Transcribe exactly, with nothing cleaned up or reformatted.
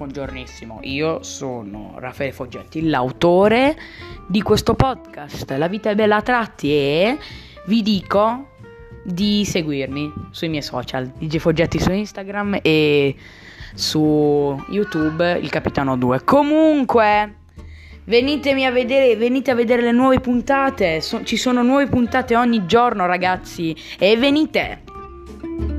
buongiornissimo, io sono Raffaele Foggetti, l'autore di questo podcast, La vita è bella a tratti, e vi dico di seguirmi sui miei social, D J Foggetti su Instagram e su YouTube il Capitano due. Comunque, venitemi a vedere, venite a vedere le nuove puntate, so, ci sono nuove puntate ogni giorno ragazzi, e venite!